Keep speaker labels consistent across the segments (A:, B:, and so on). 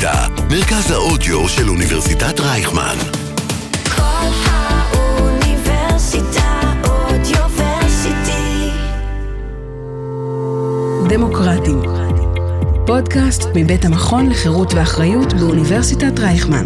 A: האוניברסיטה, מרכז האודיו של אוניברסיטת רייכמן.
B: כל האוניברסיטה אודיוורסיטי.
C: דמוקרטים. פודקאסט מבית המכון לחירות ואחריות באוניברסיטת רייכמן.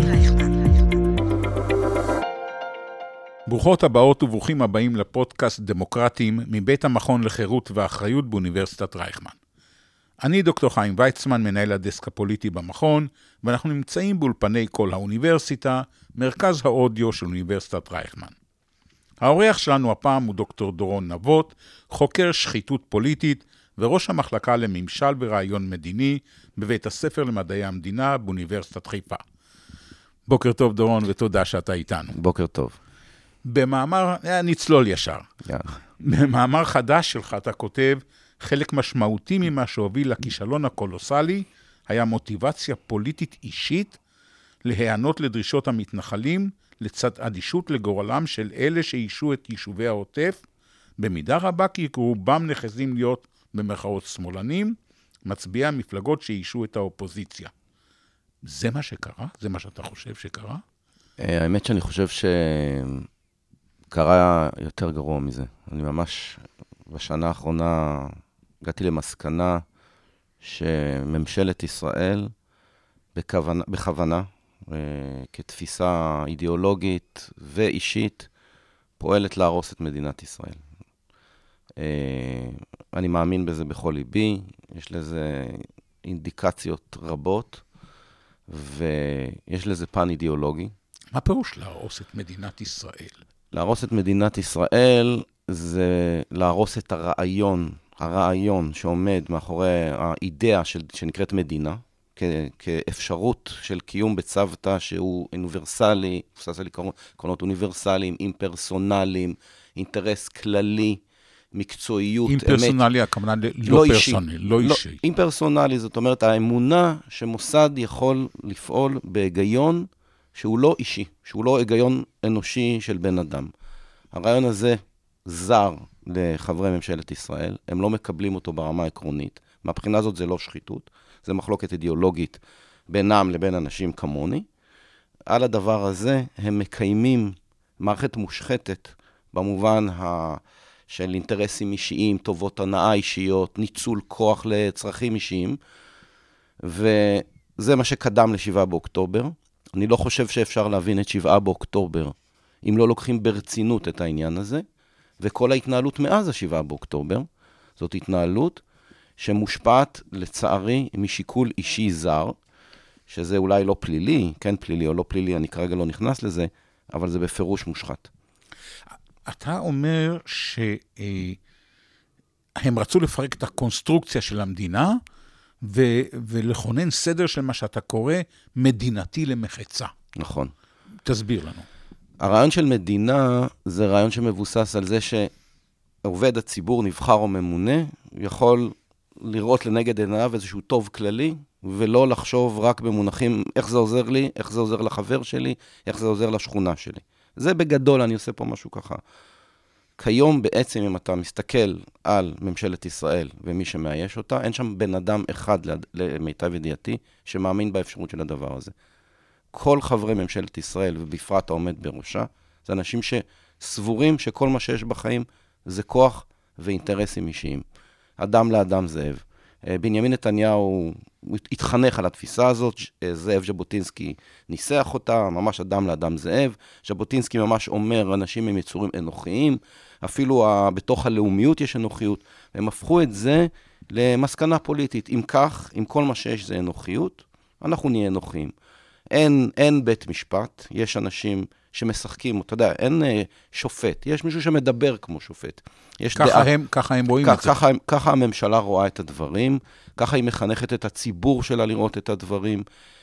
D: ברוכות הבאות וברוכים הבאים לפודקאסט דמוקרטים מבית המכון לחירות ואחריות באוניברסיטת רייכמן. אני דוקטור חיים ויצמן, מנהל הדסק הפוליטי במכון, ואנחנו נמצאים באולפני כל האוניברסיטה, מרכז האודיו של אוניברסיטת רייכמן. האורח שלנו הפעם הוא דוקטור דורון נבות, חוקר שחיתות פוליטית וראש המחלקה לממשל ורעיון מדיני בבית הספר למדעי המדינה באוניברסיטת חיפה. בוקר טוב דורון ותודה שאתה איתנו.
E: בוקר טוב.
D: במאמר, נצלול ישר. במאמר חדש שלך אתה כותב, חלק משמעותי ממה שהוביל לכישלון הקולוסלי, היה מוטיבציה פוליטית אישית, להיענות לדרישות המתנחלים, לצד אדישות לגורלם של אלה שאישו את יישובי העוטף, במידה רבה כי רובם נחזים להיות במרכאות שמאלנים, מצביעי המפלגות שאישו את האופוזיציה. זה מה שקרה? זה מה שאתה חושב שקרה?
E: האמת שאני חושב שקרה יותר גרוע מזה. אני ממש בשנה האחרונה הגעתי למסקנה שממשלת ישראל בכוונה, כתפיסה אידיאולוגית ואישית, פועלת להרוס את מדינת ישראל. אני מאמין בזה בכל ליבי, יש לזה אינדיקציות רבות, ויש לזה פן אידיאולוגי.
D: מה פירוש להרוס את מדינת ישראל?
E: להרוס את מדינת ישראל זה להרוס את הרעיון שעומד מאחורי האידאה שנקראת מדינה, כאפשרות של קיום בצוותא שהוא אוניברסלי, מבוסס על עקרונות אוניברסליים, אימפרסונליים, אינטרס כללי, מקצועיות,
D: אימפרסונלי, הכוונה לא פרסונלי, לא אישי.
E: אימפרסונלי, זאת אומרת, האמונה שמוסד יכול לפעול בהיגיון שהוא לא אישי, שהוא לא היגיון אנושי של בן אדם. הרעיון הזה זר לחברי ממשלת ישראל, הם לא מקבלים אותו ברמה העקרונית. מהבחינה הזאת זה לא שחיתות, זה מחלוקת אידיאולוגית בינם לבין אנשים כמוני. על הדבר הזה הם מקיימים מערכת מושחתת במובן של אינטרסים אישיים, טובות הנאה אישיות, ניצול כוח לצרכים אישיים, וזה מה שקדם ל7 באוקטובר. אני לא חושב שאפשר להבין את 7 באוקטובר אם לא לוקחים ברצינות את העניין הזה, וכל ההתנהלות מאז ה7 באוקטובר, זאת התנהלות שמושפעת לצערי משיקול אישי זר, שזה אולי לא פלילי, כן פלילי או לא פלילי, אני כרגע לא נכנס לזה, אבל זה בפירוש מושחת.
D: אתה אומר שהם רצו לפרק את הקונסטרוקציה של המדינה, ולכונן סדר של מה שאתה קורא מדינתי למחצה.
E: נכון.
D: תסביר לנו.
E: הרעיון של מדינה זה רעיון שמבוסס על זה שעובד הציבור נבחר או ממונה, יכול לראות לנגד עיניו איזשהו טוב כללי, ולא לחשוב רק במונחים איך זה עוזר לי, איך זה עוזר לחבר שלי, איך זה עוזר לשכונה שלי. זה בגדול, אני עושה פה משהו ככה. כיום בעצם אם אתה מסתכל על ממשלת ישראל ומי שמאייש אותה, אין שם בן אדם אחד למיטב ידיעתי שמאמין באפשרות של הדבר הזה. כל חברי ממשלת ישראל ובפרט העומד בראשה, זה אנשים שסבורים שכל מה שיש בחיים זה כוח ואינטרסים אישיים. אדם לאדם זאב. בנימין נתניהו התחנך על התפיסה הזאת, זאב ז'בוטינסקי ניסח אותה, ממש אדם לאדם זאב. ז'בוטינסקי ממש אומר, אנשים הם יצורים אנוכיים, אפילו בתוך הלאומיות יש אנוכיות, הם הפכו את זה למסקנה פוליטית. אם כך, אם כל מה שיש זה אנוכיות, אנחנו נהיה אנוכיים. אין בית משפט, יש אנשים שמשחקים, אתה יודע, אין שופט, יש מישהו שמדבר כמו שופט.
D: ככה הם רואים את זה.
E: ככה הממשלה רואה את הדברים, ככה היא מחנכת את הציבור שלה לראות את הדברים.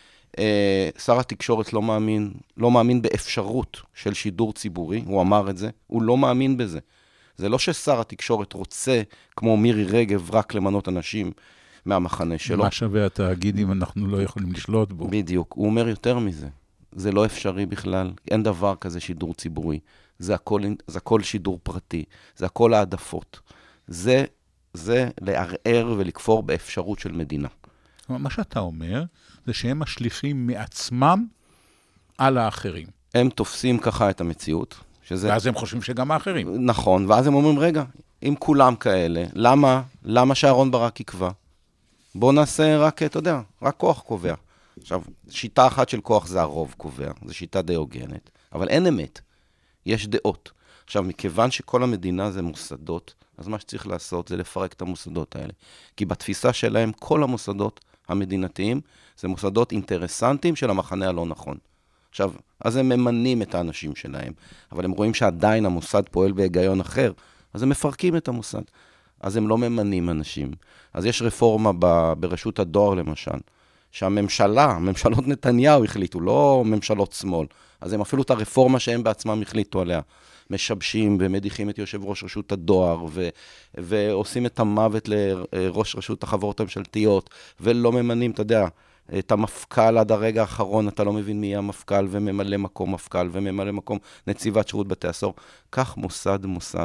E: שר התקשורת לא מאמין באפשרות של שידור ציבורי, הוא אמר את זה, הוא לא מאמין בזה. זה לא ששר התקשורת רוצה, כמו מירי רגב, רק למנות אנשים מהמחנה שלו.
D: מה שווה התאגיד אם אנחנו לא יכולים לשלוט בו?
E: בדיוק, הוא אומר יותר מזה. זה לא אפשרי בכלל, אין דבר כזה שידור ציבורי. זה הכל שידור פרטי, זה הכל העדפות. זה לערער ולכפור באפשרות של מדינה.
D: מה שאתה אומר, זה שהם משליכים מעצמם על האחרים.
E: הם תופסים ככה את המציאות,
D: ואז הם חושבים שגם האחרים.
E: נכון, ואז הם אומרים, רגע, אם כולם כאלה, למה שאהרון ברק יקבע? בואו נעשה רק, אתה יודע, רק כוח קובע. עכשיו, שיטה אחת של כוח זה הרוב קובע, זו שיטה די הוגנת, אבל אין אמת, יש דעות. עכשיו, מכיוון שכל המדינה זה מוסדות, אז מה שצריך לעשות זה לפרק את המוסדות האלה. כי בתפיסה שלהם, כל המוסדות המדינתיים, זה מוסדות אינטרסנטיים של המחנה הלא נכון. עכשיו, אז הם ממנים את האנשים שלהם, אבל הם רואים שעדיין המוסד פועל בהיגיון אחר, אז הם מפרקים את המוסד. אז הם לא ממנים אנשים. אז יש רפורמה ברשות הדואר למשל, שהממשלה, ממשלות נתניהו החליטו, לא ממשלות שמאל. אז הם אפילו את הרפורמה שהם בעצמם החליטו עליה. משבשים ומדיחים את יושב ראש רשות הדואר, ועושים את המוות לראש רשות החברות הממשלתיות, ולא ממנים, אתה יודע, את המפכ"ל עד הרגע האחרון, אתה לא מבין מי יהיה המפכ"ל, וממלא מקום מפכ"ל, וממלא מקום נציבת שירות בתי הסוהר. כך מוסד,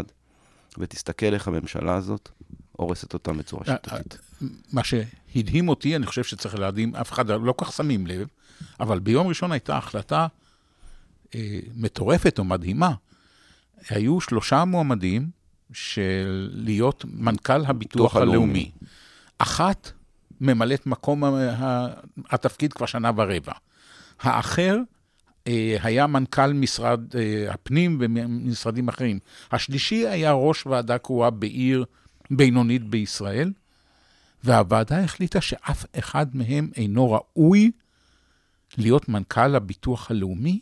E: ותסתכל איך הממשלה הזאת הורסת אותם בצורה שיטתית.
D: מה שהדהים אותי, אני חושב שצריך להדהים, אף אחד לא כך שמים לב, אבל ביום ראשון הייתה החלטה מטורפת או מדהימה. היו 3 מועמדים של להיות מנכ"ל הביטוח הלאומי. אחת ממלאת מקום התפקיד כבר 1.25 שנה. האחר היה מנכ"ל משרד הפנים ומשרדים אחרים. השלישי היה ראש ועדה קרואה בעיר בינונית בישראל, והוועדה החליטה שאף אחד מהם אינו ראוי להיות מנכ"ל הביטוח הלאומי.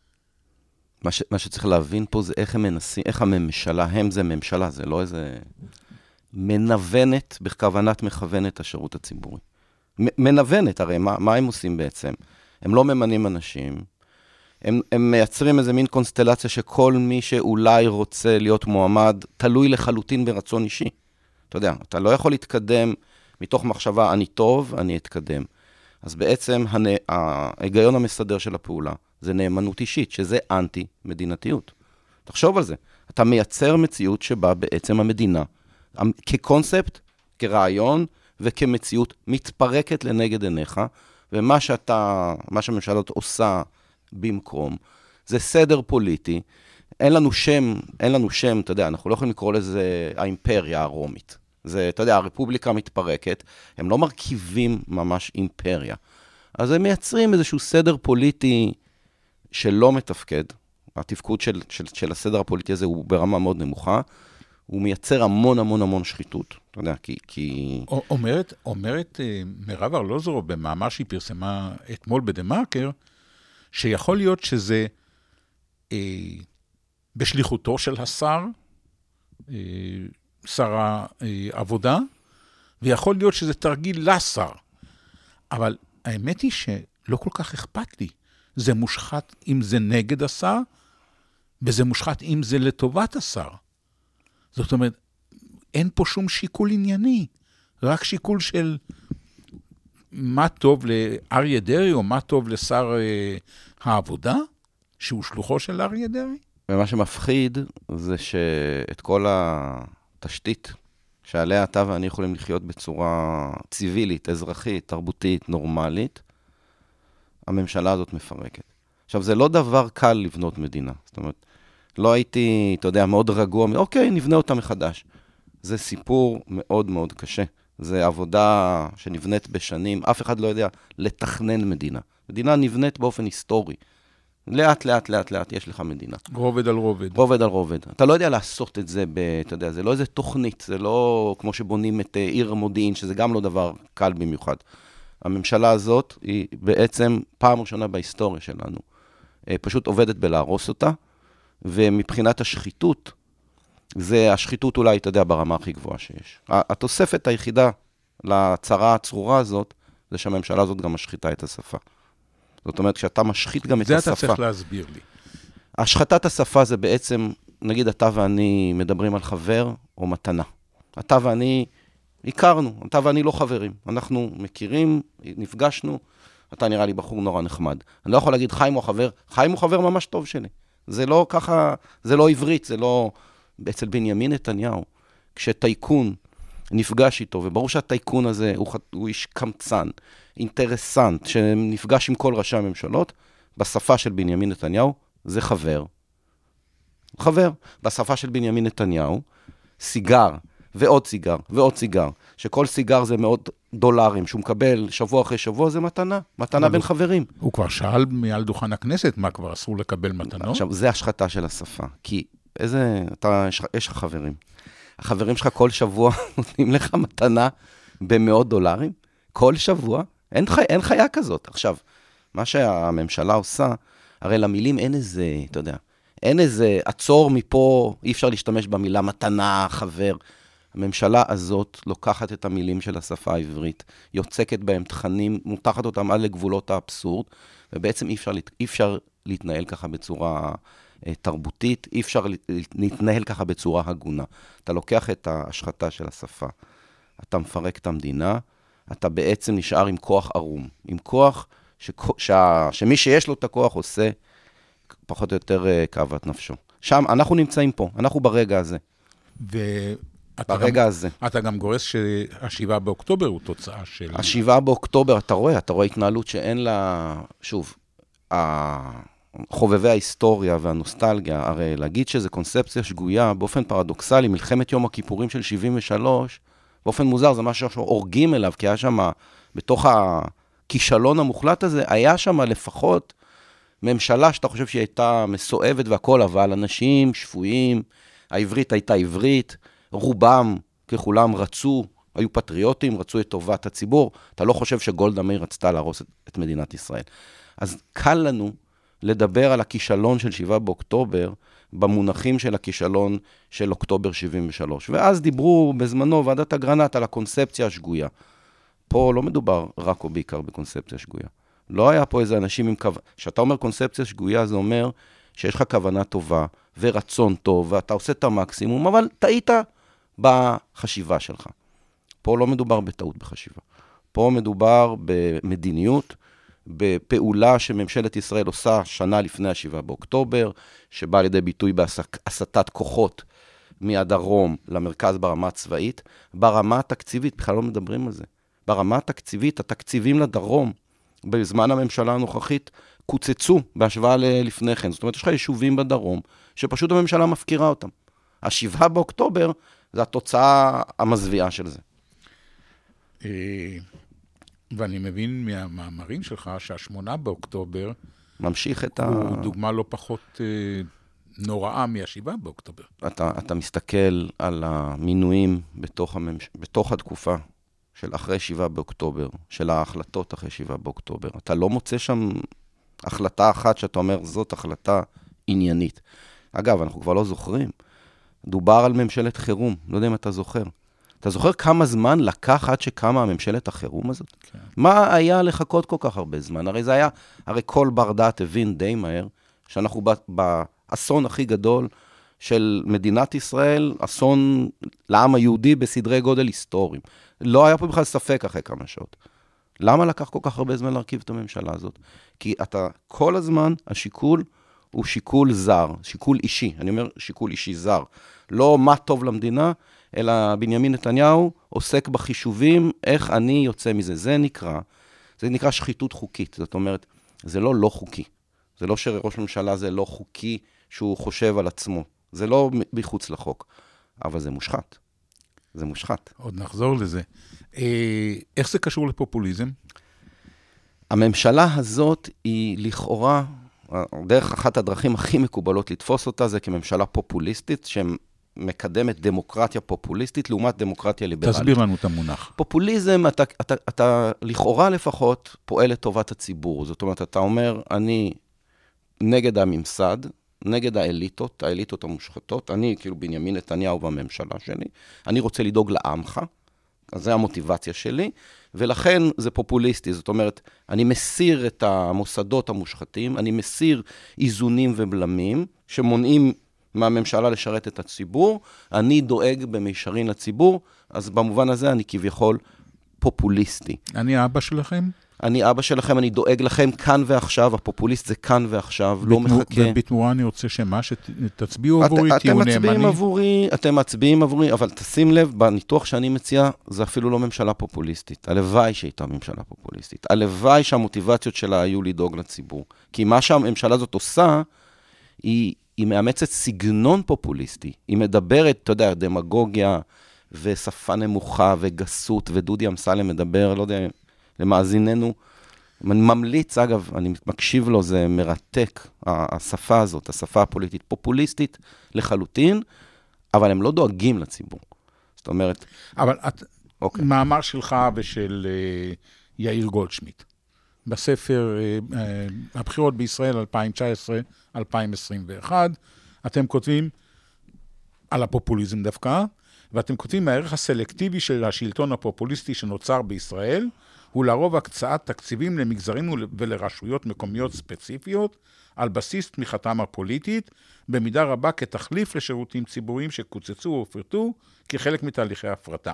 E: מה שצריך להבין פה זה איך הם מנסים, איך הממשלה, זה ממשלה, זה לא איזה מנוונת, בכוונת מכוונת השירות הציבורי. מנוונת, הרי מה הם עושים בעצם? הם לא ממנים אנשים, הם מייצרים איזה מין קונסטלציה שכל מי שאולי רוצה להיות מועמד, תלוי לחלוטין ברצון אישי. אתה יודע, אתה לא יכול להתקדם מתוך מחשבה, אני טוב, אני אתקדם. אז בעצם ההיגיון המסדר של הפעולה, זה נאמנות אישית, שזה אנטי-מדינתיות. תחשוב על זה. אתה מייצר מציאות שבה בעצם המדינה, כקונספט, כרעיון וכמציאות, מתפרקת לנגד עיניך, ומה שהממשלות עושה במקום, זה סדר פוליטי. אין לנו שם, אתה יודע, אנחנו לא יכולים לקרוא לזה האימפריה הרומית. זה, אתה יודע, הרפובליקה מתפרקת, הם לא מרכיבים ממש אימפריה. אז הם מייצרים איזשהו סדר פוליטי שלא מתפקד. התפקוד של הסדר הפוליטי הזה הוא ברמה מאוד נמוכה. הוא מייצר המון שחיתות. אתה יודע, כי...
D: אומרת מירב ארלוזורוב במאמר שהיא פרסמה אתמול בדה-מרקר, שיכול להיות שזה בשליחותו של השר, שר העבודה, ויכול להיות שזה תרגיל לשר. אבל האמת היא שלא כל כך אכפת לי. זה מושחת אם זה נגד השר, וזה מושחת אם זה לטובת השר. זאת אומרת, אין פה שום שיקול ענייני, רק שיקול של מה טוב לאריה דרעי, או מה טוב לשר העבודה, שהוא שלוחו של אריה דרעי.
E: ומה שמפחיד זה שאת כל התשתית שעליה אתה ואני יכולים לחיות בצורה ציבילית, אזרחית, תרבותית, נורמלית, הממשלה הזאת מפרקת. עכשיו, זה לא דבר קל לבנות מדינה. זאת אומרת, לא הייתי, אתה יודע, מאוד רגוע, אוקיי, נבנה אותה מחדש. זה סיפור מאוד קשה. זה עבודה שנבנית בשנים, אף אחד לא יודע לתכנן מדינה. מדינה נבנית באופן היסטורי. לאט יש לך מדינה.
D: רובד על רובד.
E: רובד על רובד. אתה לא יודע לעשות את זה, אתה יודע, זה לא איזה תוכנית, זה לא כמו שבונים את עיר המודיעין, שזה גם לא דבר קל במיוחד. הממשלה הזאת היא בעצם פעם ראשונה בהיסטוריה שלנו. פשוט עובדת בלהרוס אותה, ומבחינת השחיתות, זה השחיתות אולי, אתה יודע, ברמה הכי גבוהה שיש. התוספת היחידה לצרה הצרורה הזאת, זה שהממשלה הזאת גם משחיתה את השפה. זאת אומרת, כשאתה משחית גם את השפה.
D: זה אתה צריך להסביר לי.
E: השחתת השפה זה בעצם, נגיד, אתה ואני מדברים על חבר או מתנה. אתה ואני הכרנו, אתה ואני לא חברים. אנחנו מכירים, נפגשנו, אתה נראה לי בחור נורא נחמד. אני לא יכול להגיד, חיים הוא חבר, חיים הוא חבר ממש טוב שלי. זה לא ככה, זה לא עברית, זה לא... אצל בנימין נתניהו, כשטייקון נפגש איתו, וברור שהטייקון הזה הוא איש קמצן, אינטרסנט, שנפגש עם כל ראשי הממשלות, בשפה של בנימין נתניהו, זה חבר. חבר. בשפה של בנימין נתניהו, סיגר, ועוד סיגר, ועוד סיגר, שכל סיגר זה $100, שהוא מקבל שבוע אחרי שבוע, זה מתנה בין חברים.
D: הוא כבר שאל מעל דוכן הכנסת, מה כבר אסור לקבל מתנות?
E: עכשיו, זה השחתה של השפה, כי יש לך חברים. החברים שלך כל שבוע נותנים לך מתנה $100, כל שבוע, אין חיה כזאת. עכשיו, מה שהממשלה עושה, הרי למילים אין איזה, אתה יודע, אין איזה עצור מפה, אי אפשר להשתמש במילה מתנה, חבר. הממשלה הזאת לוקחת את המילים של השפה העברית, יוצקת בהם תכנים, מותחת אותם עד לגבולות האבסורד, ובעצם אי אפשר להתנהל ככה בצורה תרבותית, אי אפשר להתנהל ככה בצורה הגונה. אתה לוקח את ההשחתה של השפה, אתה מפרק את המדינה, אתה בעצם נשאר עם כוח ערום, עם כוח שמי שיש לו את הכוח עושה פחות או יותר כאוות נפשו. שם אנחנו נמצאים פה, אנחנו ברגע הזה. ברגע הזה.
D: אתה גם גורס שה7 באוקטובר הוא תוצאה של...
E: ה7 באוקטובר, אתה רואה התנהלות שאין לה, שוב, חובבי ההיסטוריה והנוסטלגיה, הרי להגיד שזה קונספציה שגויה, באופן פרדוקסלי, מלחמת יום הכיפורים של 73, באופן מוזר, זה משהו שהורגים אליו, כי היה שם, בתוך הכישלון המוחלט הזה, היה שם לפחות ממשלה שאתה חושב שהיא הייתה מסואבת והכל, אבל אנשים שפויים, העברית הייתה עברית, רובם ככולם היו פטריוטים, רצו את טובת הציבור, אתה לא חושב שגולדה מאיר רצתה להרוס את מדינת ישראל. אז קל לנו לדבר על הכישלון של 7 באוקטובר, במונחים של הכישלון של אוקטובר 73. ואז דיברו בזמנו ועדת אגרנט על הקונספציה השגויה. פה לא מדובר רק או בעיקר בקונספציה שגויה. לא היה פה איזה אנשים עם כוונה. כשאתה אומר קונספציה שגויה, זה אומר שיש לך כוונה טובה ורצון טוב, ואתה עושה את המקסימום, אבל טעית בחשיבה שלך. פה לא מדובר בטעות בחשיבה. פה מדובר במדיניות, בפעולה שממשלת ישראל עושה שנה לפני ה7 באוקטובר, שבא לידי ביטוי בהסטת כוחות מהדרום למרכז ברמה הצבאית. ברמה התקציבית, בכלל לא מדברים על זה. ברמה התקציבית, התקציבים לדרום, בזמן הממשלה הנוכחית, קוצצו בהשוואה לפני כן. זאת אומרת, יש לך יישובים בדרום, שפשוט הממשלה מפקירה אותם. ה7 באוקטובר, זה התוצאה המזוויעה של זה.
D: ואני מבין מהמאמרים שלך שה8 באוקטובר
E: ממשיך
D: הוא דוגמה לא פחות נוראה מה7 באוקטובר.
E: אתה מסתכל על המינויים בתוך התקופה של אחרי 7 באוקטובר, של ההחלטות אחרי 7 באוקטובר. אתה לא מוצא שם החלטה אחת שאתה אומר, זאת החלטה עניינית. אגב, אנחנו כבר לא זוכרים. דובר על ממשלת חירום, לא יודע אם אתה זוכר. אתה זוכר כמה זמן לקח עד שקמה הממשלת החירום הזאת? כן. מה היה לחכות כל כך הרבה זמן? הרי כל בר דעת הבין די מהר, שאנחנו באסון הכי גדול של מדינת ישראל, אסון לעם היהודי בסדרי גודל היסטוריים. לא היה פה בכלל ספק אחרי כמה שעות. למה לקח כל כך הרבה זמן להרכיב את הממשלה הזאת? כי אתה כל הזמן, השיקול הוא שיקול זר, שיקול אישי. אני אומר שיקול אישי זר. לא מה טוב למדינה, אלא בנימין נתניהו עוסק בחישובים, איך אני יוצא מזה. זה נקרא שחיתות חוקית. זאת אומרת, זה לא חוקי. זה לא שראש ממשלה זה לא חוקי שהוא חושב על עצמו. זה לא מחוץ לחוק. אבל זה מושחת. זה מושחת.
D: עוד נחזור לזה. איך זה קשור לפופוליזם?
E: הממשלה הזאת היא לכאורה, דרך אחת הדרכים הכי מקובלות לתפוס אותה, זה כממשלה פופוליסטית, שמקדמת דמוקרטיה פופוליסטית, לעומת דמוקרטיה ליברלית.
D: תסביר לנו את המונח.
E: פופוליזם, אתה לכאורה לפחות פועל לטובת הציבור. זאת אומרת, אתה אומר, אני נגד הממסד, נגד האליטות המושחתות, אני כאילו בנימין נתניהו בממשלה שלי, אני רוצה לדאוג לעמך, אז זה המוטיבציה שלי, ולכן זה פופוליסטי, זאת אומרת, אני מסיר את המוסדות המושחתים, אני מסיר איזונים ובלמים, שמונעים מהממשלה לשרת את הציבור, אני דואג במישרין לציבור, אז במובן הזה אני כביכול פופוליסטי.
D: אני האבא שלכם?
E: אני אבא שלכם, אני דואג לכם כאן ועכשיו, הפופוליסט זה כאן ועכשיו, לא מחכה.
D: ובתמורה אני רוצה שתצביעו עבורי, תהיו נאמנים.
E: אתם מצביעים עבורי, אבל תשים לב, בניתוח שאני מציע, זה אפילו לא ממשלה פופוליסטית. הלוואי שהייתה ממשלה פופוליסטית. הלוואי שהמוטיבציות שלה היו לדאוג לציבור. כי מה שהממשלה הזאת עושה, היא מאמצת סגנון פופוליסטי. היא מדברת, אתה יודע, דמגוגיה ושפה נמוכה וגסות, ודודי אמסלם מדבר, לא יודע, למאזיננו, אני ממליץ, אגב, אני מקשיב לו, זה מרתק, השפה הזאת, השפה הפוליטית פופוליסטית לחלוטין, אבל הם לא דואגים לציבור. זאת אומרת...
D: אבל מאמר שלך ושל יאיר גולדשמיט, בספר הבחירות בישראל 2019-2021, אתם כותבים על הפופוליזם דווקא, ואתם כותבים מהערך הסלקטיבי של השלטון הפופוליסטי שנוצר בישראל, הוא לרוב הקצאת תקציבים למגזרים ולרשויות מקומיות ספציפיות, על בסיס תמיכתם הפוליטית, במידה רבה כתחליף לשירותים ציבוריים שקוצצו או הופרטו, כחלק מתהליכי הפרטה.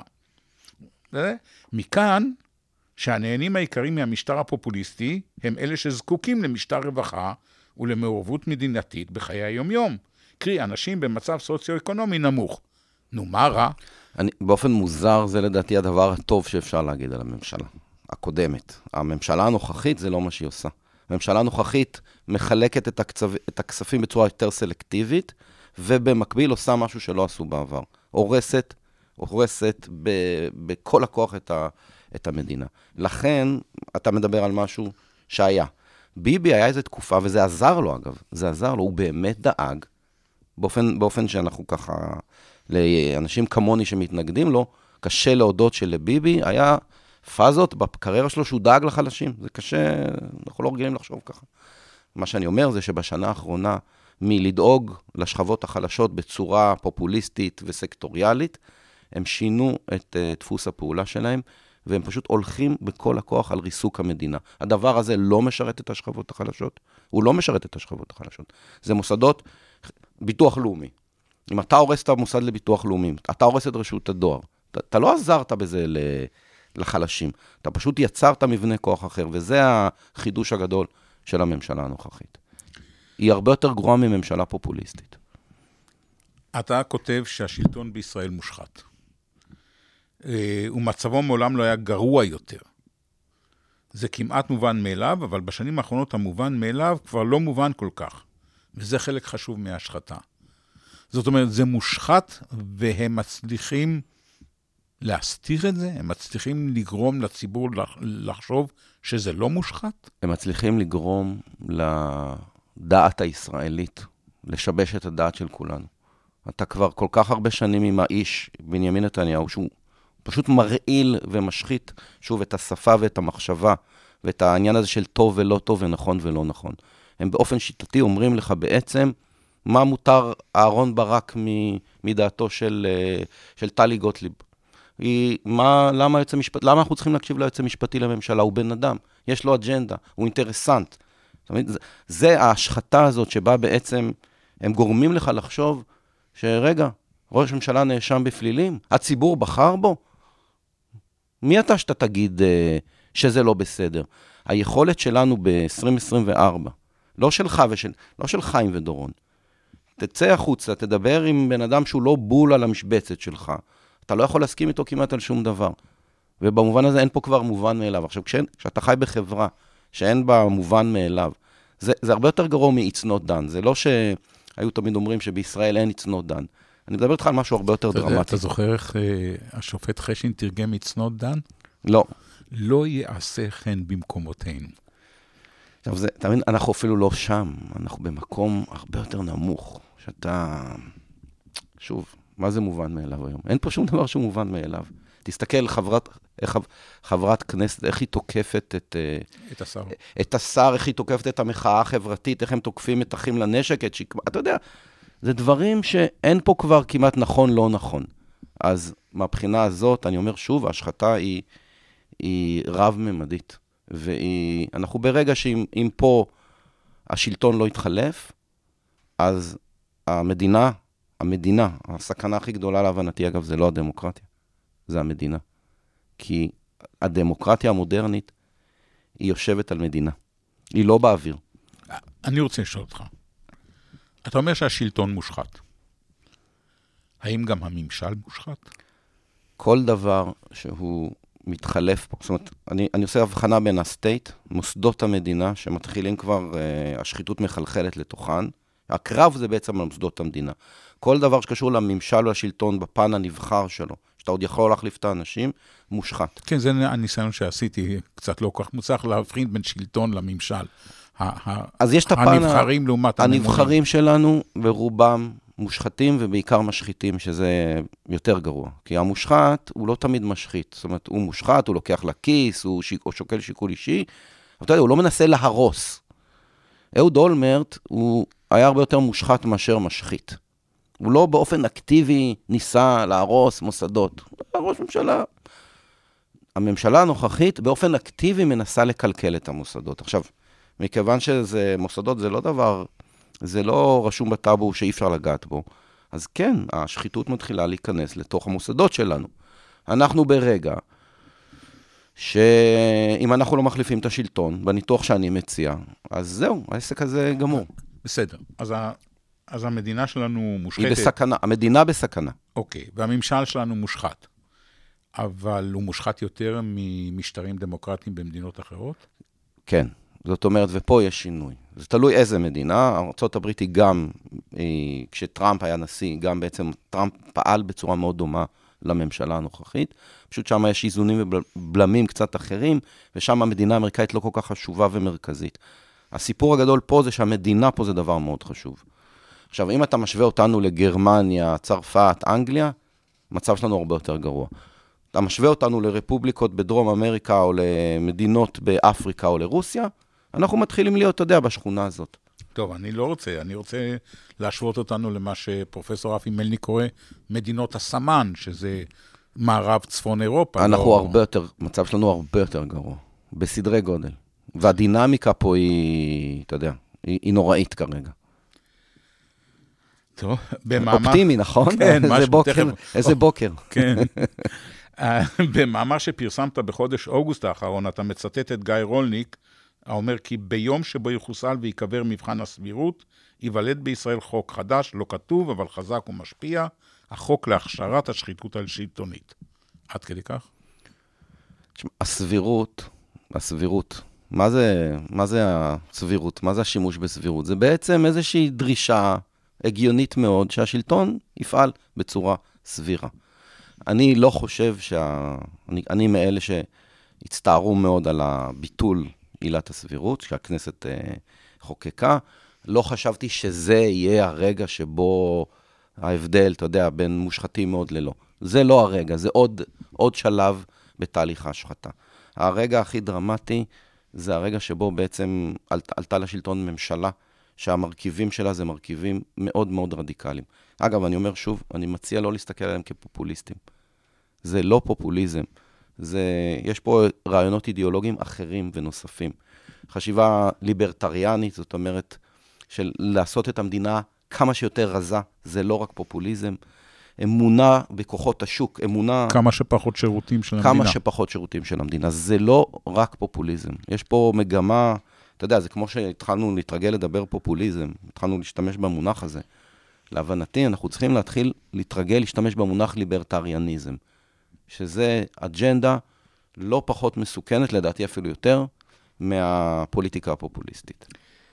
D: מכאן שהנהנים העיקריים מהמשטר הפופוליסטי, הם אלה שזקוקים למשטר רווחה ולמעורבות מדינתית בחיי היומיום. קרי, אנשים במצב סוציו-אקונומי נמוך. נו, מה רע?
E: באופן מוזר, זה לדעתי הדבר הטוב שאפשר להגיד על הממשלה הקודמת. הממשלה הנוכחית זה לא מה שהיא עושה. הממשלה הנוכחית מחלקת את הכספים בצורה יותר סלקטיבית, ובמקביל עושה משהו שלא עשו בעבר. הורסת בכל הכוח את המדינה. לכן, אתה מדבר על משהו שהיה. ביבי היה איזו תקופה, וזה עזר לו אגב, זה עזר לו, הוא באמת דאג, באופן שאנחנו ככה, לאנשים כמוני שמתנגדים לו, קשה להודות שלביבי היה פאזות בקריירה שלו שהוא דאג לחלשים. זה קשה, אנחנו לא רגילים לחשוב ככה. מה שאני אומר זה שבשנה האחרונה, מלדאוג לשכבות החלשות בצורה פופוליסטית וסקטוריאלית, הם שינו את דפוס הפעולה שלהם, והם פשוט הולכים בכל הכוח על ריסוק המדינה. הדבר הזה לא משרת את השכבות החלשות, הוא לא משרת את השכבות החלשות. זה מוסדות ביטוח לאומי. אם אתה הורס את המוסד לביטוח לאומי, אתה הורס את רשות הדואר, אתה לא עזרת בזה לחלשים, אתה פשוט יצרת מבנה כוח אחר, וזה החידוש הגדול של הממשלה הנוכחית. היא הרבה יותר גרועה מממשלה פופוליסטית.
D: אתה כותב שהשלטון בישראל מושחת. ומצבו מעולם לא היה גרוע יותר. זה כמעט מובן מאליו, אבל בשנים האחרונות המובן מאליו כבר לא מובן כל כך. וזה חלק חשוב מההשחתה. זאת אומרת, זה מושחת, והם מצליחים להסתיר את זה? הם מצליחים לגרום לציבור לחשוב שזה לא מושחת?
E: הם מצליחים לגרום לדעת הישראלית, לשבש את הדעת של כולנו. אתה כבר כל כך הרבה שנים עם האיש, בנימין נתניהו, שהוא פשוט מרעיל ומשחית, שוב, את השפה ואת המחשבה, ואת העניין הזה של טוב ולא טוב ונכון ולא נכון. הם באופן שיטתי אומרים לך בעצם, מה מותר אהרון ברק מדעתו של טלי גוטליב? למה אנחנו צריכים להקשיב ליועץ המשפטי לממשלה? הוא בן אדם, יש לו אג'נדה, הוא אינטרסנט. זה ההשחתה הזאת שבה בעצם הם גורמים לך לחשוב שרגע, ראש ממשלה נאשם בפלילים, הציבור בחר בו. מי אתה שאתה תגיד שזה לא בסדר? היכולת שלנו ב-2024, לא שלך לא של חיים ודורון, תצא החוצה, תדבר עם בן אדם שהוא לא בול על המשבצת שלך. אתה לא יכול להסכים איתו כמעט על שום דבר. ובמובן הזה אין פה כבר מובן מאליו. עכשיו, כשאתה חי בחברה שאין בה מובן מאליו, זה הרבה יותר גרוע מ-It's not done. זה לא שהיו תמיד אומרים שבישראל אין It's not done. אני מדבר איתך על משהו הרבה יותר דרמטי.
D: אתה זוכר איך השופט חשין תרגם It's not done?
E: לא.
D: לא יעשה כן במקומותינו.
E: עכשיו, תמיד, אנחנו אפילו לא שם. אנחנו במקום הרבה יותר נמוך. שאתה... שוב, מה זה מובן מאליו היום? אין פה שום דבר שהוא מובן מאליו. תסתכל, חברת כנסת, איך היא תוקפת את השר, איך היא תוקפת את המחאה החברתית, איך הם תוקפים את אחים לנשק, את שקמה, אתה יודע, זה דברים שאין פה כבר כמעט נכון, לא נכון. אז מהבחינה הזאת, אני אומר שוב, ההשחתה היא רב-ממדית. ואנחנו ברגע שאם פה השלטון לא יתחלף, אז המדינה, הסכנה הכי גדולה להבנתי, אגב, זה לא הדמוקרטיה, זה המדינה. כי הדמוקרטיה המודרנית היא יושבת על מדינה. היא לא באוויר.
D: אני רוצה לשאול אותך. אתה אומר שהשלטון מושחת. האם גם הממשל מושחת?
E: כל דבר שהוא מתחלף פה, זאת אומרת, אני עושה הבחנה בין הסטייט, מוסדות המדינה, שמתחילים כבר, השחיתות מחלחלת לתוכן. הקרב זה בעצם על מוסדות המדינה. כל דבר שקשור לממשל או לשלטון בפן הנבחר שלו, שאתה עוד יכול להחליף את האנשים, מושחת.
D: כן, זה הניסיון שעשיתי, קצת לא כל כך מוצלח להבחין בין שלטון לממשל.
E: אז יש את הפן,
D: הנבחרים לעומת הממונים.
E: הנבחרים שלנו ברובם מושחתים ובעיקר משחיתים, שזה יותר גרוע. כי המושחת הוא לא תמיד משחית. זאת אומרת, הוא מושחת, הוא לוקח לכיס, הוא שוקל שיקול אישי, אבל אתה יודע, הוא לא מנסה להרוס. אהוד אולמרט הוא היה הרבה יותר מושחת מאשר משחית. הוא לא באופן אקטיבי ניסה להרוס מוסדות. ראש ממשלה. הממשלה הנוכחית באופן אקטיבי מנסה לקלקל את המוסדות. עכשיו, מכיוון שזה מוסדות, זה לא דבר, זה לא רשום בטאבו שאי אפשר לגעת בו. אז כן, השחיתות מתחילה להיכנס לתוך המוסדות שלנו. אנחנו ברגע שאם אנחנו לא מחליפים את השלטון, בניתוח שאני מציע, אז זהו, העסק הזה גמור.
D: בסדר. אז המדינה שלנו מושחתת.
E: היא בסכנה, המדינה בסכנה.
D: אוקיי, והממשל שלנו מושחת. אבל הוא מושחת יותר ממשטרים דמוקרטיים במדינות אחרות?
E: כן, זאת אומרת, ופה יש שינוי. זה תלוי איזה מדינה. ארצות הברית היא גם, כשטראמפ היה נשיא, גם בעצם טראמפ פעל בצורה מאוד דומה לממשלה הנוכחית. פשוט שם יש איזונים ובלמים קצת אחרים, ושם המדינה האמריקאית לא כל כך חשובה ומרכזית. הסיפור הגדול פה זה שהמדינה פה זה דבר מאוד חשוב. עכשיו, אם אתה משווה אותנו לגרמניה, צרפת, אנגליה, מצב שלנו הרבה יותר גרוע. אתה משווה אותנו לרפובליקות בדרום אמריקה, או למדינות באפריקה או לרוסיה, אנחנו מתחילים להיות, אתה יודע, בשכונה הזאת.
D: טוב, אני לא רוצה, אני רוצה להשוות אותנו למה שפרופסור רפי מלניק קורא מדינות הסמן, שזה מערב צפון אירופה.
E: אנחנו הרבה יותר, מצב שלנו הרבה יותר גרוע, בסדרי גודל. והדינמיקה פה היא, אתה יודע, היא נוראית כרגע.
D: טוב, במאמר...
E: אופטימי, נכון?
D: כן,
E: איזה בוקר, איזה בוקר.
D: כן. במאמר שפרסמת בחודש אוגוסט האחרון, אתה מצטט את גיא רולניק, האומר כי ביום שבו יחוסל ויקבר מבחן הסבירות, ייוולד בישראל חוק חדש, לא כתוב, אבל חזק ומשפיע, החוק להכשרת השחיתות השלטונית. עד כדי כך?
E: הסבירות, מה זה הסבירות? מה זה השימוש בסבירות? זה בעצם איזושהי דרישה הגיונית מאוד שהשלטון יפעל בצורה סבירה. אני לא חושב אני מאלה שהצטערו מאוד על הביטול עילת הסבירות, שהכנסת חוקקה. לא חשבתי שזה יהיה הרגע שבו ההבדל, אתה יודע, בין מושחתים מאוד ללא. זה לא הרגע, זה עוד שלב בתהליך ההשחתה. הרגע הכי דרמטי זה הרגע שבו בעצם עלתה לשלטון ממשלה, שהמרכיבים שלה זה מרכיבים מאוד מאוד רדיקליים. אגב, אני אומר שוב, אני מציע לא להסתכל עליהם כפופוליסטים. זה לא פופוליזם. יש פה רעיונות אידיאולוגיים אחרים ונוספים. חשיבה ליברטריאנית, זאת אומרת, של לעשות את המדינה כמה שיותר רזה, זה לא רק פופוליזם. אמונה בכוחות השוק, אמונה...
D: כמה שפחות שירותים של המדינה.
E: כמה שפחות שירותים של המדינה. זה לא רק פופוליזם. יש פה מגמה, אתה יודע, זה כמו שהתחלנו להתרגל לדבר פופוליזם, התחלנו להשתמש במונח הזה. להבנתי, אנחנו צריכים להתחיל להתרגל להשתמש במונח ליברטריאניזם, שזה אג'נדה לא פחות מסוכנת, לדעתי אפילו יותר, מהפוליטיקה הפופוליסטית.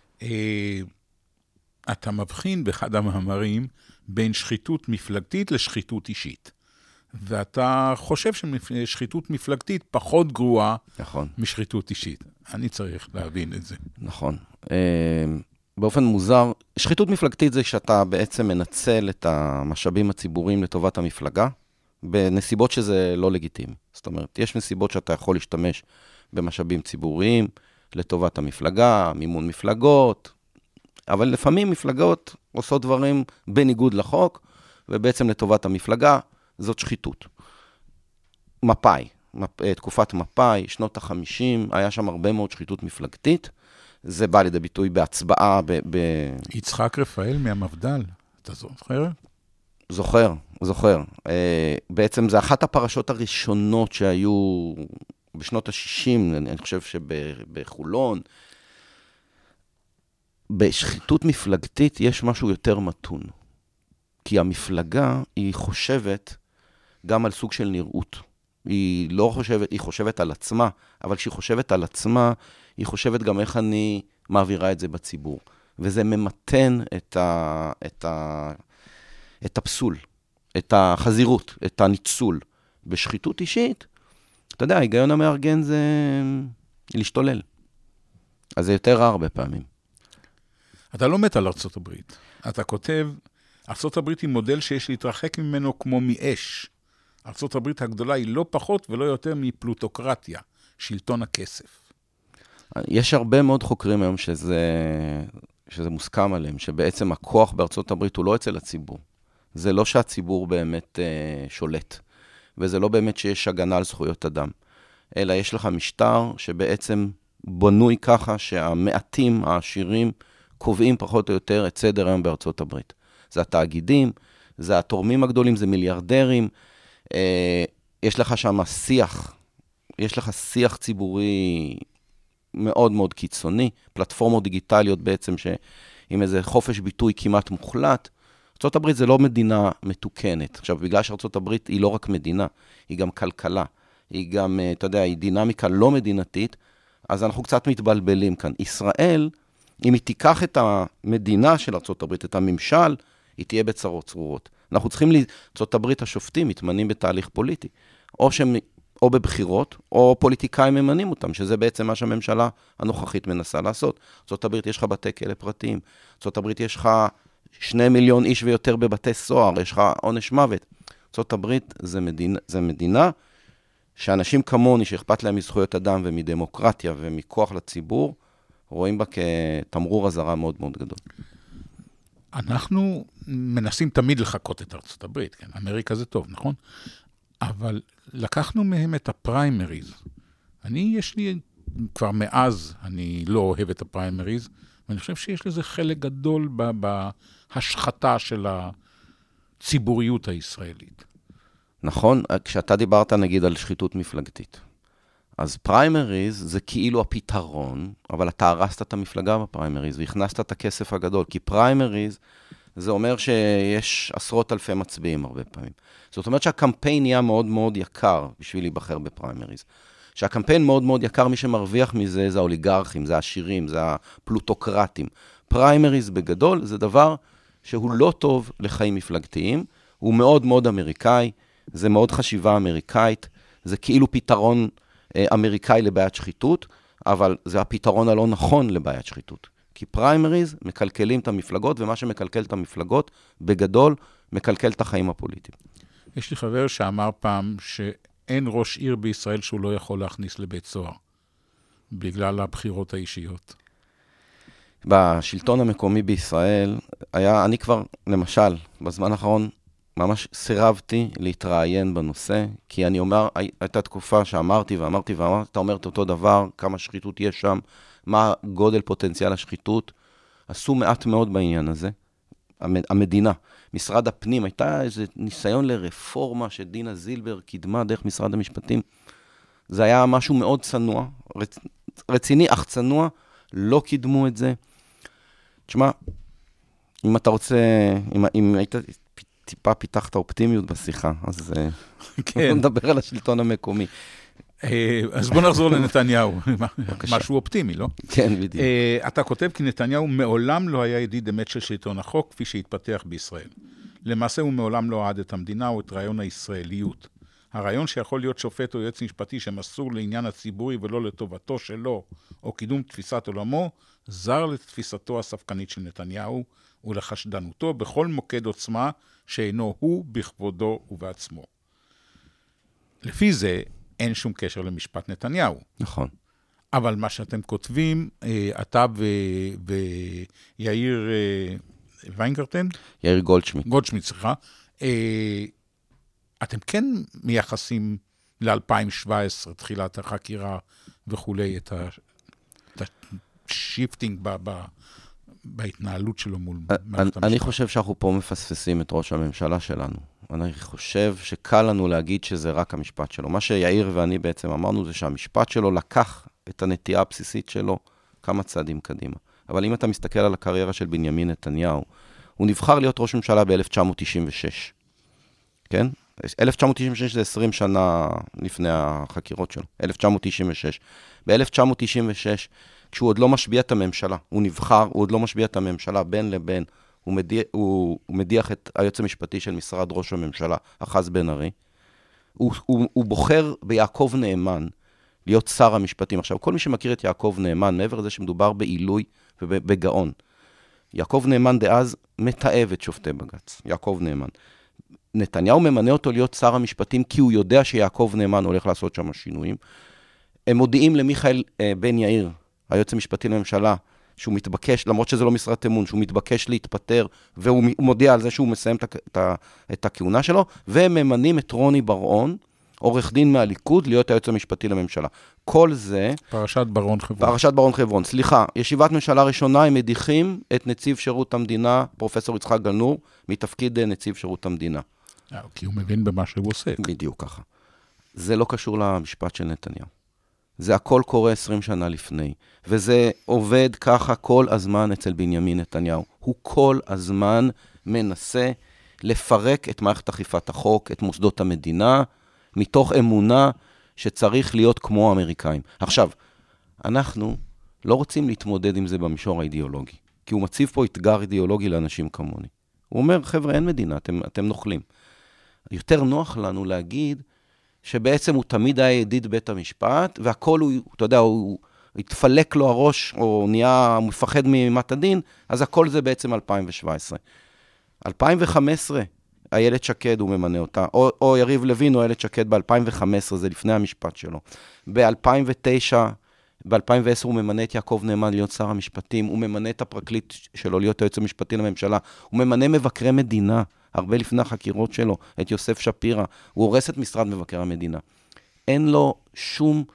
D: אתה מבחין באחד המאמרים בין שחיתות מפלגתית לשחיתות אישית. ואתה חושב ששחיתות מפלגתית פחות גרועה משחיתות אישית. אני צריך להבין את זה.
E: נכון. באופן מוזר, שחיתות מפלגתית זה שאתה בעצם מנצל את המשאבים הציבוריים לטובת המפלגה, בנסיבות שזה לא לגיטימי. זאת אומרת, יש נסיבות שאתה יכול להשתמש במשאבים ציבוריים לטובת המפלגה, מימון מפלגות, אבל לפעמים מפלגות עושות דברים בניגוד לחוק, ובעצם לטובת המפלגה, זאת שחיתות. מפאי, תקופת מפאי, שנות ה-50, היה שם הרבה מאוד שחיתות מפלגתית, זה בא לידי ביטוי בהצבעה
D: יצחק רפאל מהמפד"ל, אתה זוכר?
E: זוכר. בעצם זה אחת הפרשות הראשונות שהיו בשנות ה-60, אני חושב שבחולון, בשחיתות מפלגתית יש משהו יותר מתון. כי המפלגה היא חושבת גם על סוג של נראות. היא לא חושבת, היא חושבת על עצמה, אבל כשהיא חושבת על עצמה, היא חושבת גם איך אני מעבירה את זה בציבור. וזה ממתן את הפסול, את החזירות, את הניצול. בשחיתות אישית, אתה יודע, ההיגיון המארגן זה להשתולל. אז זה יותר רע הרבה פעמים.
D: אתה לא מת על ארצות הברית. אתה כותב, ארצות הברית היא מודל שיש להתרחק ממנו כמו מאש. ארצות הברית הגדולה היא לא פחות ולא יותר מפלוטוקרטיה, שלטון הכסף.
E: יש הרבה מאוד חוקרים היום שזה מוסכם עליהם, שבעצם הכוח בארצות הברית הוא לא אצל הציבור. זה לא שהציבור באמת שולט, וזה לא באמת שיש הגנה על זכויות אדם, אלא יש לך משטר שבעצם בנוי ככה שהמעטים, העשירים, קובעים פחות או יותר את סדר היום בארצות הברית. זה התאגידים, זה התורמים הגדולים, זה מיליארדרים, יש לך שם שיח, יש לך שיח ציבורי מאוד מאוד קיצוני, פלטפורמות דיגיטליות בעצם עם איזה חופש ביטוי כמעט מוחלט. ארצות הברית זה לא מדינה מתוקנת. עכשיו, בגלל שארצות הברית היא לא רק מדינה, היא גם כלכלה, היא גם, אתה יודע, היא דינמיקה לא מדינתית, אז אנחנו קצת מתבלבלים כאן. ישראל, אם היא תיקח את המדינה של ארצות הברית, את הממשל, היא תהיה בצרות צרורות. אנחנו צריכים, ארצות הברית השופטים מתמנים בתהליך פוליטי, או בבחירות, או פוליטיקאים ממנים אותם, שזה בעצם מה שהממשלה הנוכחית מנסה לעשות. ארצות הברית יש לך בתי כלא פרטיים, ארצות הברית יש לך 2 מיליון איש ויותר בבתי סוהר, יש לך עונש מוות. ארצות הברית זה מדינה שאנשים כמוני, שאכפת להם מזכויות אדם ומדמוקרטיה ומכוח לציבור, רואים בה כתמרור אזהרה מאוד מאוד גדול.
D: אנחנו מנסים תמיד לחקות את ארצות הברית, כן? אמריקה זה טוב, נכון? אבל לקחנו מהם את הפריימריז. יש לי, כבר מאז אני לא אוהב את הפריימריז, ואני חושב שיש לזה חלק גדול בהשחתה של הציבוריות הישראלית.
E: נכון, כשאתה דיברת נגיד על שחיתות מפלגתית, אז פריימריז זה כאילו הפתרון, אבל אתה הרסת את המפלגה בפריימריז, והכנסת את הכסף הגדול, כי פריימריז זה אומר שיש עשרות אלפי מצביעים הרבה פעמים. זאת אומרת שהקמפיין נהיה מאוד מאוד יקר בשביל להיבחר בפריימריז. שהקמפיין מאוד מאוד יקר, מי שמרוויח מזה זה האוליגרכים, זה העשירים, זה הפלוטוקרטים. פריימריז בגדול זה דבר שהוא לא טוב לחיים מפלגתיים, הוא מאוד מאוד אמריקאי, זה מאוד חשיבה אמריקאית, זה כאילו פתרון אמריקאי לבעיית שחיתות, אבל זה הפתרון הלא נכון לבעיית שחיתות. כי פריימריז מקלקלים את המפלגות, ומה שמקלקל את המפלגות, בגדול, מקלקל את החיים הפוליטיים.
D: יש לי חבר שאמר פעם שאין ראש עיר בישראל שהוא לא יכול להכניס לבית סוהר, בגלל הבחירות האישיות.
E: בשלטון המקומי בישראל, אני כבר, למשל, בזמן האחרון, ממש סירבתי להתראיין בנושא, כי אני אומר, הייתה תקופה שאמרתי, אתה אומרת אותו דבר, כמה שחיתות יש שם, מה גודל פוטנציאל השחיתות, עשו מעט מאוד בעניין הזה, המדינה, משרד הפנים, הייתה איזה ניסיון לרפורמה שדינה זילבר קידמה דרך משרד המשפטים, זה היה משהו מאוד צנוע, רציני אך צנוע, לא קידמו את זה. תשמע, אם אתה רוצה, אם היית טיפה פיתחת אופטימיות בשיחה, אז נדבר על השלטון המקומי.
D: אז בוא נחזור לנתניהו, משהו אופטימי, לא?
E: כן, בדיוק.
D: אתה כותב כי נתניהו מעולם לא היה ידיד אמת של שלטון החוק, כפי שהתפתח בישראל. למעשה הוא מעולם לא אהד את המדינה או את רעיון הישראליות. הרעיון שיכול להיות שופט או יועץ משפטי שמסור לעניין הציבורי ולא לטובתו שלו, או קידום תפיסת עולמו, זר לתפיסתו הספקנית של נתניהו, ולחשדנותו בכל מוקד עוצמה שאינו הוא בכבודו ובעצמו. לפי זה, אין שום קשר למשפט נתניהו.
E: נכון.
D: אבל מה שאתם כותבים, אתה ויאיר ויינגרטן?
E: יאיר גולדשמיט.
D: גולדשמיט, סליחה. אתם כן מייחסים ל-2017, תחילת החקירה וכולי, את השיפטינג בהתנהלות שלו מול מערכת המשפט.
E: אני חושב שאנחנו פה מפספסים את ראש הממשלה שלנו. אני חושב שקל לנו להגיד שזה רק המשפט שלו. מה שיאיר ואני בעצם אמרנו זה שהמשפט שלו לקח את הנטייה הבסיסית שלו כמה צעדים קדימה. אבל אם אתה מסתכל על הקריירה של בנימין נתניהו, הוא נבחר להיות ראש ממשלה ב-1996. כן? 1996 זה 20 שנה לפני החקירות שלו. 1996. ב-1996, כשהוא עוד לא משביע את הממשלה, הוא נבחר, הוא עוד לא משביע את הממשלה בין לבין, הוא מדיח את היועץ המשפטי של משרד ראש הממשלה, אחז בן ארי. הוא בוחר ביעקב נאמן להיות שר המשפטים. עכשיו, כל מי שמכיר את יעקב נאמן, מעבר לזה שמדובר בעילוי ובגאון, יעקב נאמן דאז מתעב את שופטי בג"ץ, יעקב נאמן. נתניהו ממנה אותו להיות שר המשפטים, כי הוא יודע שיעקב נאמן הולך לעשות שם שינויים. הם מודיעים למיכאל בן יאיר, היועץ המשפטי לממשלה, שהוא מתבקש, למרות שזה לא משרת אמון, שהוא מתבקש להתפטר, והוא מודיע על זה שהוא מסיים את הכהונה שלו, והם ממנים את רוני בר-און, עורך דין מהליכוד, להיות היועץ המשפטי לממשלה. כל זה...
D: פרשת ברון חברון.
E: פרשת ברון חברון. סליחה, ישיבת ממשלה ראשונה, הם מדיחים את נציב שירות המדינה, פרופסור יצחק גנור, מתפקיד נציב שירות המדינה.
D: כי הוא מבין במה שהוא עושה.
E: בדיוק ככה. זה לא קשור למשפט של נתניהו. זה הכל קורה 20 שנה לפני, וזה עובד ככה כל הזמן אצל בנימין נתניהו. הוא כל הזמן מנסה לפרק את מערכת אכיפת החוק, את מוסדות המדינה, מתוך אמונה שצריך להיות כמו האמריקאים. עכשיו, אנחנו לא רוצים להתמודד עם זה במישור האידיאולוגי, כי הוא מציב פה אתגר אידיאולוגי לאנשים כמוני. הוא אומר, חבר'ה, אין מדינה, אתם נוכלים. יותר נוח לנו להגיד שבעצם הוא תמיד היה ידיד בית המשפט, והכל הוא, אתה יודע, הוא התפלק לו הראש, או נהיה מפחד ממת הדין, אז הכל זה בעצם 2017. 2015, איילת שקד הוא ממנה אותה, או יריב לוין או איילת שקד ב-2015, זה לפני המשפט שלו. ב-2009, ב-2010 הוא ממנה את יעקב נאמן להיות שר המשפטים, הוא ממנה את הפרקליט שלו להיות היועץ המשפטי לממשלה, הוא ממנה מבקרי מדינה, הרבה לפני החקירות שלו, את יוסף שפירא, הוא הורס את משרד מבקר המדינה. אין לו שום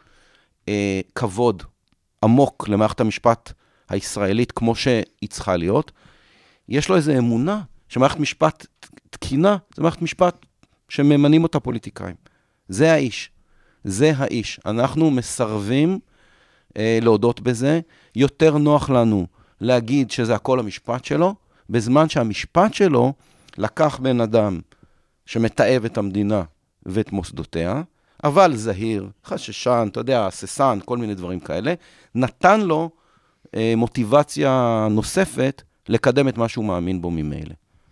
E: כבוד עמוק למערכת המשפט הישראלית כמו שהיא צריכה להיות. יש לו איזו אמונה שמערכת משפט תקינה, זה מערכת משפט שממנים אותה פוליטיקאים. זה האיש. זה האיש. אנחנו מסרבים להודות בזה. יותר נוח לנו להגיד שזה הכל המשפט שלו, בזמן שהמשפט שלו לקח בן אדם שמתעב את המדינה ואת מוסדותיה, אבל זהיר, חששן, אתה יודע, ססן, כל מיני דברים כאלה, נתן לו מוטיבציה נוספת לקדם את מה שהוא מאמין בו ממילא.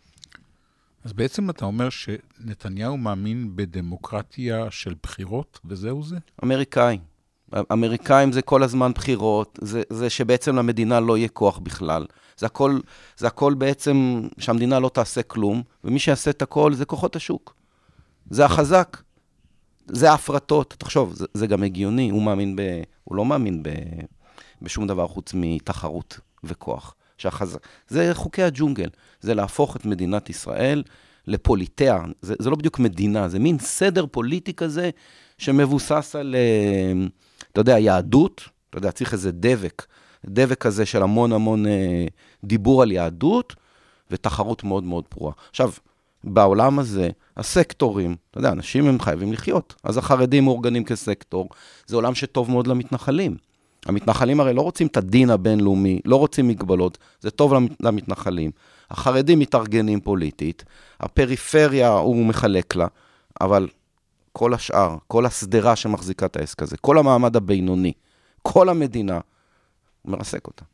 D: אז בעצם אתה אומר שנתניהו מאמין בדמוקרטיה של בחירות, וזהו זה?
E: אמריקאי. אמריקאים זה כל הזמן בחירות, זה שבעצם למדינה לא יהיה כוח בכלל. זה הכל בעצם שהמדינה לא תעשה כלום, ומי שיעשה את הכל זה כוחות השוק. זה החזק. זה ההפרטות. תחשוב, זה גם הגיוני. הוא לא מאמין בשום דבר חוץ מתחרות וכוח. זה חוקי הג'ונגל. זה להפוך את מדינת ישראל לפוליטאה. זה לא בדיוק מדינה, זה מין סדר פוליטי כזה שמבוסס על, אתה יודע, יהדות. אתה יודע, צריך איזה דבק כזה של המון דיבור על יהדות, ותחרות מאוד מאוד פרועה. עכשיו, בעולם הזה, הסקטורים, אתה יודע, אנשים הם חייבים לחיות. אז החרדים מאורגנים כסקטור, זה עולם שטוב מאוד למתנחלים. המתנחלים הרי לא רוצים את הדין הבינלאומי, לא רוצים מגבלות, זה טוב למתנחלים. החרדים מתארגנים פוליטית, הפריפריה הוא מחלק לה, אבל כל השאר, כל הסדרה שמחזיקה את העסק הזה, כל המעמד הבינוני, כל המדינה, הוא מרסק אותה.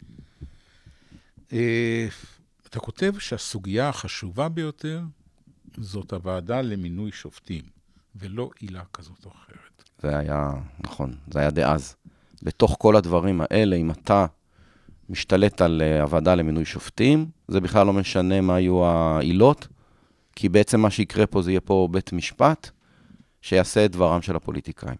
D: אתה כותב שהסוגיה החשובה ביותר זאת הוועדה למינוי שופטים, ולא עילה כזאת או אחרת.
E: זה היה, נכון, זה היה דאז. בתוך כל הדברים האלה, אם אתה משתלט על הוועדה למינוי שופטים, זה בכלל לא משנה מה היו העילות, כי בעצם מה שיקרה פה זה יהיה פה בית משפט, שיעשה את דברם של הפוליטיקאים.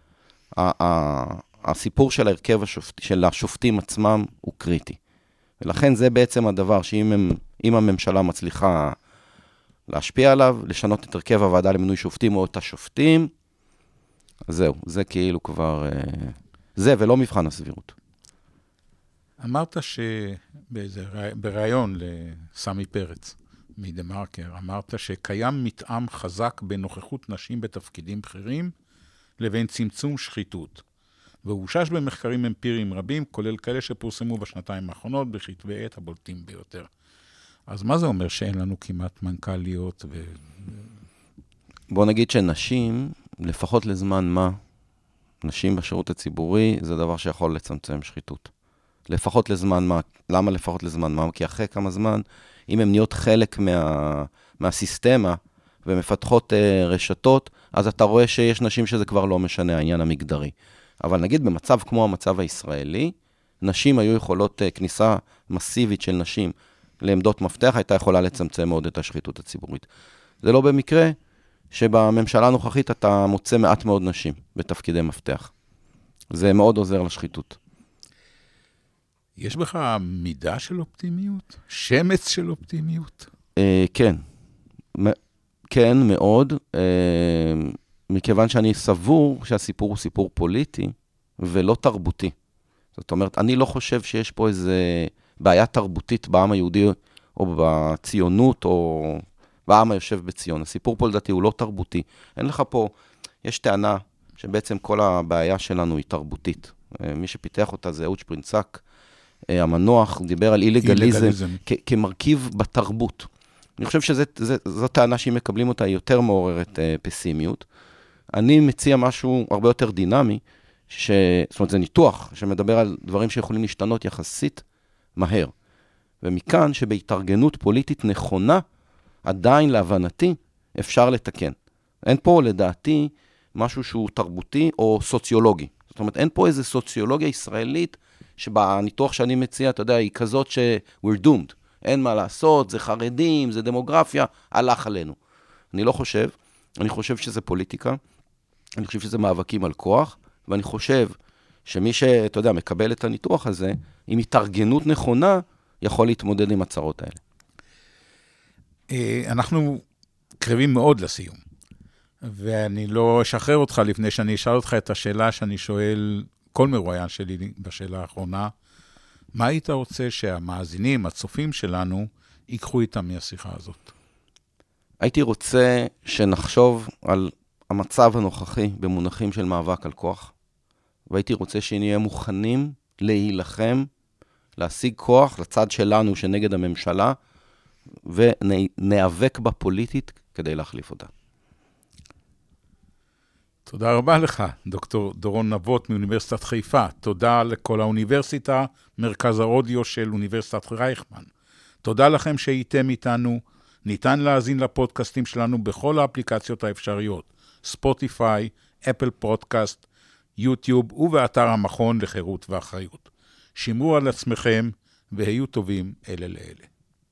E: הסיפור של ההרכב של השופטים עצמם הוא קריטי. ולכן זה בעצם הדבר שאם הממשלה מצליחה להשפיע עליו, לשנות את הרכב הוועדה למינוי שופטים או את השופטים, זהו, זה כאילו כבר, זה ולא מבחן הסבירות.
D: אמרת בריאיון לסמי פרץ מדמרקר, אמרת שקיים מתאם חזק בין נוכחות נשים בתפקידים בכירים לבין צמצום שחיתות. והוא הושש במחקרים אמפיריים רבים, כולל כאלה שפורסמו בשנתיים האחרונות בכתבי עת הבולטים ביותר. אז מה זה אומר שאין לנו כמעט מנכ"ליות?
E: בוא נגיד שנשים, לפחות לזמן מה, נשים בשירות הציבורי, זה דבר שיכול לצמצם שחיתות. לפחות לזמן מה. למה לפחות לזמן מה? כי אחרי כמה זמן, אם הן נהיות חלק מהסיסטמה ומפתחות רשתות, אז אתה רואה שיש נשים שזה כבר לא משנה, העניין המגדרי. אבל נגיד במצב כמו המצב הישראלי, נשים היו יכולות, כניסה מסיבית של נשים לעמדות מפתח, הייתה יכולה לצמצם מאוד את השחיתות הציבורית. זה לא במקרה שבממשלה הנוכחית אתה מוצא מעט מאוד נשים בתפקידי מפתח. זה מאוד עוזר לשחיתות.
D: יש בך מידה של אופטימיות? שמץ של אופטימיות?
E: כן. כן, מאוד. מכיוון שאני סבור שהסיפור הוא סיפור פוליטי ולא תרבותי. זאת אומרת, אני לא חושב שיש פה איזה בעיה תרבותית בעם היהודי או בציונות או בעם היושב בציון. הסיפור פה לדעתי הוא לא תרבותי. אין לך פה, יש טענה שבעצם כל הבעיה שלנו היא תרבותית. מי שפיתח אותה זה אהוד שפרינצק, המנוח, דיבר על אילגליזם כמרכיב בתרבות. אני חושב שזו טענה שאם מקבלים אותה היא יותר מעוררת פסימיות. אני מציע משהו הרבה יותר דינמי, זאת אומרת, זה ניתוח שמדבר על דברים שיכולים להשתנות יחסית מהר. ומכאן שבהתארגנות פוליטית נכונה, עדיין להבנתי אפשר לתקן. אין פה לדעתי משהו שהוא תרבותי או סוציולוגי. זאת אומרת, אין פה איזו סוציולוגיה ישראלית, שבניתוח שאני מציע, אתה יודע, היא כזאת ש-we're doomed. אין מה לעשות, זה חרדים, זה דמוגרפיה, הלך עלינו. אני לא חושב, אני חושב שזה פוליטיקה, אני חושב שזה מאבקים על כוח, ואני חושב שמי שאתה יודע, מקבל את הניתוח הזה, עם התארגנות נכונה, יכול להתמודד עם הצרות האלה.
D: אנחנו קרבים מאוד לסיום, ואני לא אשחרר אותך לפני שאני אשאל אותך את השאלה שאני שואל כל מרואיין שלי בשאלה האחרונה, מה היית רוצה שהמאזינים, הצופים שלנו, ייקחו איתם מהשיחה הזאת?
E: הייתי רוצה שנחשוב על המצב הנוכחי במונחים של מאבק על כוח, והייתי רוצה שנהיה מוכנים להילחם, להשיג כוח לצד שלנו שנגד הממשלה, ונאבק בה פוליטית כדי להחליף אותה.
D: תודה רבה לך, דוקטור דורון נבות מאוניברסיטת חיפה. תודה לכל האוניברסיטה, מרכז האודיו של אוניברסיטת רייכמן. תודה לכם שהייתם איתנו. ניתן להאזין לפודקאסטים שלנו בכל האפליקציות האפשריות, ספוטיפיי, אפל פודקאסט, יוטיוב ובאתר המכון לחירות ואחריות. שמרו על עצמכם והיו טובים אלה לאלה.